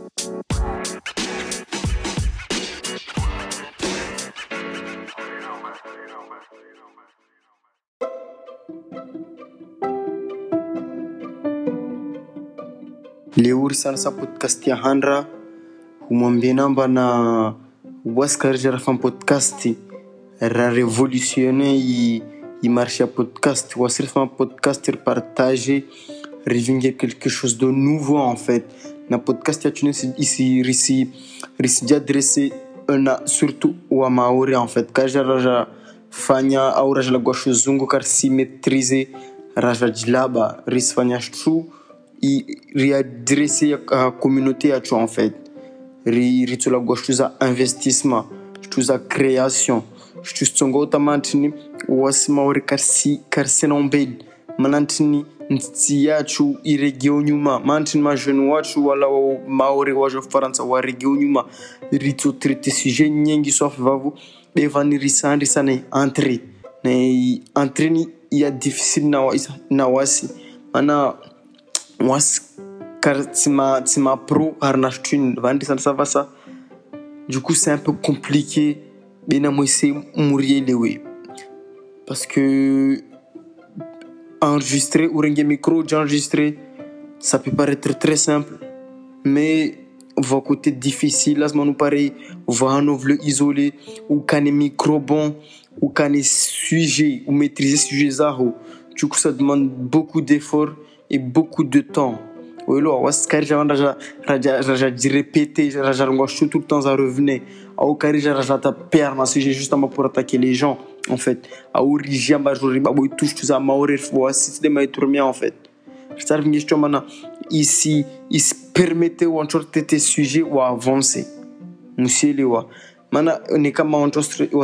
Leo risalasa podcast ya handra humwambia mbana waskarja rafan podcast ra révolutionner i marché podcast wasrifan podcast partager rivinge quelque chose de nouveau en fait na podcast ya tune ici risi adresser surtout wa maori en fait kaja raja fanya au raja la gwasho zungu kar si maîtriser raja jilaba risfanya stru i réadresser à communauté à tu en fait tu la gauche tu investissement tu création tu songo tamantini wasma ori karsi nombel manantini ntia tu i region nyuma mantini ma jeune wachu wala maori wajo faransa wa region nyuma ritu traiter sujet nyengi sauf vavu devani risandi sana entrer na entrer ni ya difficile na wasi mana was tima pro harnashtune vandi ça va ça du coup c'est un peu compliqué bena moi c'est mourir lewe parce que enregistrer ou ringue micro d'enregistrer ça peut paraître très simple mais va côté difficile là nous paraît va nous le isoler ou can micro bon ou can sujet ou maîtriser sujet zaro du coup ça demande beaucoup d'efforts et beaucoup de temps. Oui, là, waskari raja répéter, raja ngoshu tout le temps à revenir. Au kari raja ta perma, c'est justement pour attaquer les gens en fait. Au rija majori baboy touche tout ça maorer fois c'est des maîtres en fait. Ça vient justement ici, il se permettait ou encore tes sujets ou avancer. Monsieur Lewa. Mana on est comme on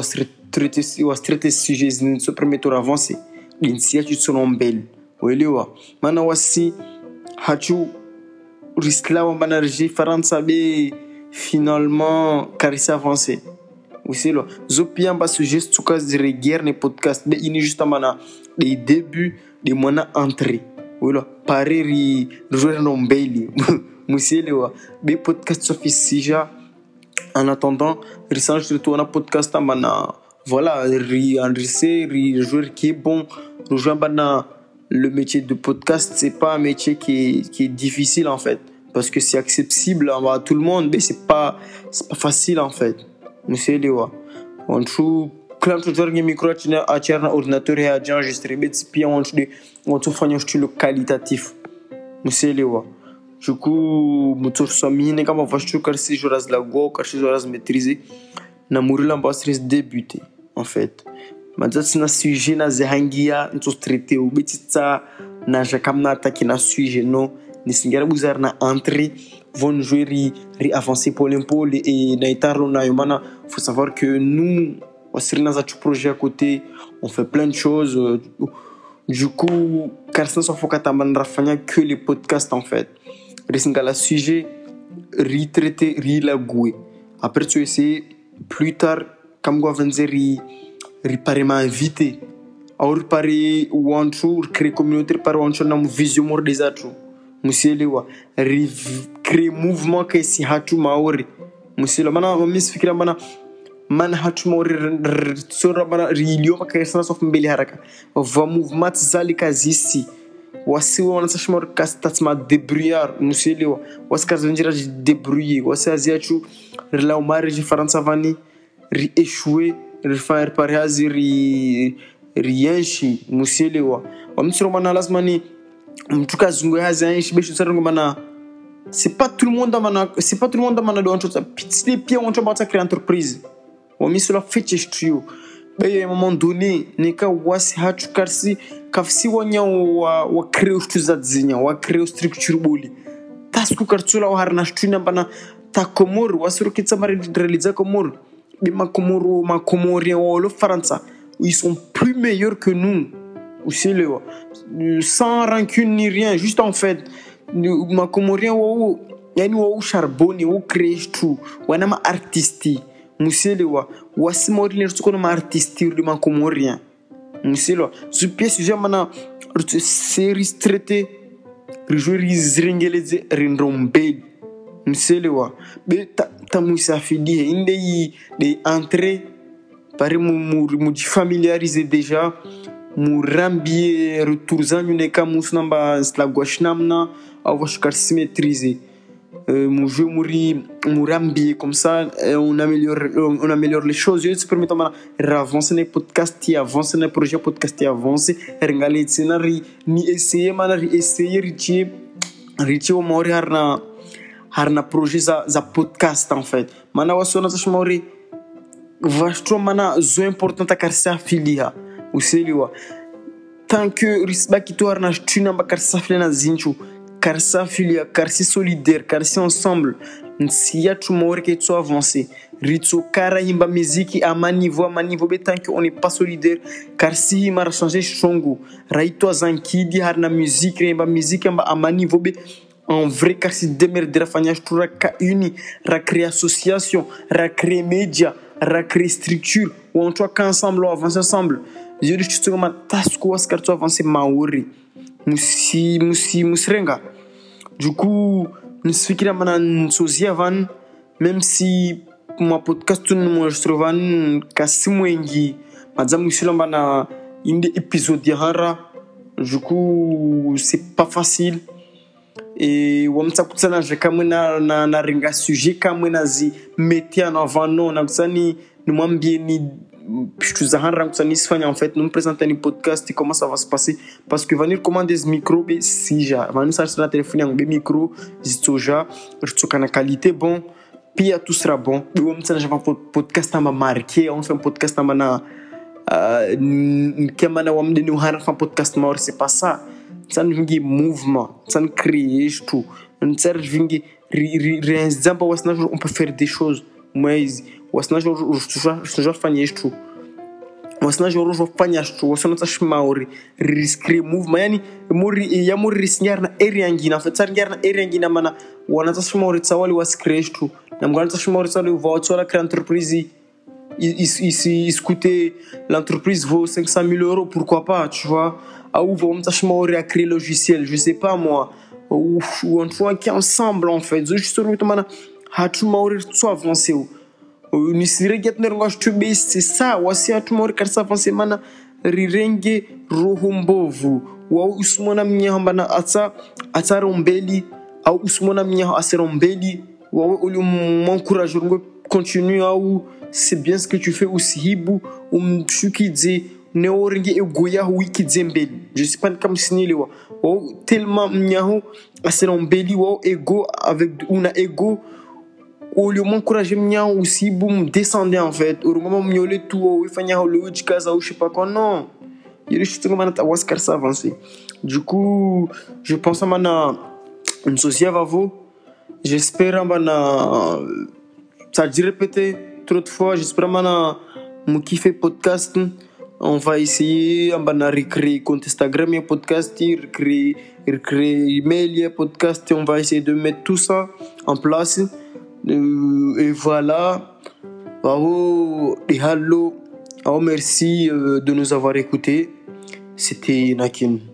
traiter sujets ne se permettre d'avancer. L'initiative sont belles. Uelewa maana wasi hachu rislawa banarji faransa be finalement karisa avancé aussi là zopia ba sujet tukas de guerre ne podcast be ini justement na des débuts de mona entrée uelewa pareri jouer nombeli musielewa be podcast sofisija en attendant risage de toi na podcast amana voilà enregistrer jouer qui est bon rejoindre bana. Le métier de podcast, c'est pas un métier qui est difficile en fait, parce que c'est accessible à tout le monde, mais c'est pas facile en fait. Monsieur Lewa, on trouve quand tu as un micro, tu as un ordinateur et un enregistré, mais puis on trouve le qualitatif. Monsieur Lewa, du coup, moteur somine comme on va jouer car si je rase la go, car si je rase maîtriser, na mourir l'ambassadeur débuter en fait. Madza na sujet na zehangia nto traiter ou betitsa na jakamna attaquer na sujet no ni singera buzar na entrer vont jouer ri avancer pour l'impôle et na itarlo na yomana. Faut savoir que nous aussi dans un projet à côté on fait plein de choses du coup car ça faut qu'atamban rafanya que les podcasts en fait risinga la sujet ri traiter ri la gouer après tu essayer plus tard comme quoi venir riparer ma invité ou riparer ou un jour créer communauté riparer un jour na vision mor des autres monsieur lewa créer mouvement que si hatu maori monsieur le mana mis fikira mana hatu maori sora mana rilio ka sana sof mbele haraka va mouvement zali kazisi wasi wana sashmor kastatsma débrouillard monsieur lewa waska zanjira débrouiller wasa aziachu la umari ji faransa vani ri échouer rifaire par haziri rienshi musielewa wamtsiro mana lazima ni mtu kazungu hazienshi besho sarongo mana c'est pas tout le monde mana do onto pitsi pia onto bata créer entreprise wamisula fetch studio beye moment donné nika wasi hatu karsi kafsi wanya wa créer stuzadzinya wa créer structure boli tasku kartsula wa harna studio bana ta komor wasuru kitsamari realiser komor les Macomoriens ou le Faransa, ils sont plus meilleurs que nous. Aussi, sans rancune ni rien, juste en fait, les Macomoriens ou charbonné ou créé tout, ou un artiste. Monsieur le wa, wasimori les gens comme artiste les Macomoriens. Monsieur le, ce pièce sujet mana série traité, rejouer ringeleze rinrombe. mselewa be ta musafidi inde de entrer pare mu familiariser déjà mu rambier retour zanyu ne kamus namba la gauche namna au vashkar se maîtriser mu jeu mu rambier comme ça on améliore les choses je te permets de avancer les podcasts et avancer les projets podcast et avancer regarder scénario ni essayer richi au mori harna projet za podcast en fait mana wasona za mori vastro mana zo importante karsa filia useliwa tant que risba ki to harna stina ba karsa filena zinchu karsa filia karsi solidaire karsi ensemble nsia tu mori que tu avancer ritso kara himba musique à maniveau be tant que on n'est pas solidaire karsi mara changer chongo raito zankidi harna musique himba musique à maniveau be en vrai car si demerdera fanya stura ka uni ra créer association ra créer média ra créer structure ou en toi qu'ensemble on avance ensemble je dis que ma tasko waskar tu avancer maori musrenga du coup nsifikira mana nsozia van même si ma podcast tu m'enregistre van kasimwengi madame silamba na inde épisode ya hara du coup c'est pas facile et wamtsa kutsana je kamwe na ringa sujet kamwe na zi metti en avant non na kutsani ni mwambie ni tu zahara kutsani sifanya en fait nous me présenter ni podcast et comment ça va se passer parce que venir commander ce micro be sija venir chercher la téléphone yangu be micro zitoja rutsoka na qualité bon puis tout sera bon wamtsa na podcast amba marqué on fait un podcast amba na kemana wamde ni hara fa podcast ma c'est pas ça ça ne vingi mouvement ça ne crée tout on serve vingi exemple wasna on peut faire des choses mais wasna je fanya tout wasna je fanya tout wasna tashmauri risque mouvement yani muri risngar na area ngina en fait ça ngar na area ngina mana wana tashmauri tsawali wascresh tout na mgana tashmauri tsawali voiture créer entreprise ici écouter l'entreprise vaut 500 000 euros pourquoi pas tu vois ou vont tâcher à créer logiciel je sais pas moi ou on fait qui ensemble en fait justement hatu mauri tu avancer ni sirege tnerngwa shtubi c'est ça wasi hatu mauri karsa avancer mana rirenge roho mbovu wa usmona mnyamba na atsa rombeli au usmona mnyaho aserombeli wa uli m'encourage ngo continue ou c'est bien ce que tu fais aussi hibu mshukidze neoringe egoya wikizembeli je sais pas comme siniliwa ou tellement mnyaho aserombeli wa ego avec una ego au lieu m'encourager mnyaho aussi boum descendre en fait au moment mnyole tout ou fanya le witchkaza ou je sais pas quoi non il est juste comment ta waskar ça avancer du coup je pense à mana une société va vous j'espère mana ça dit répéter trop de fois j'espère mana mon kiffé podcast on va essayer on va recréer compte Instagram et podcast recréer email et podcast on va essayer de mettre tout ça en place et voilà bravo et hello merci de nous avoir écoutés c'était Nakin.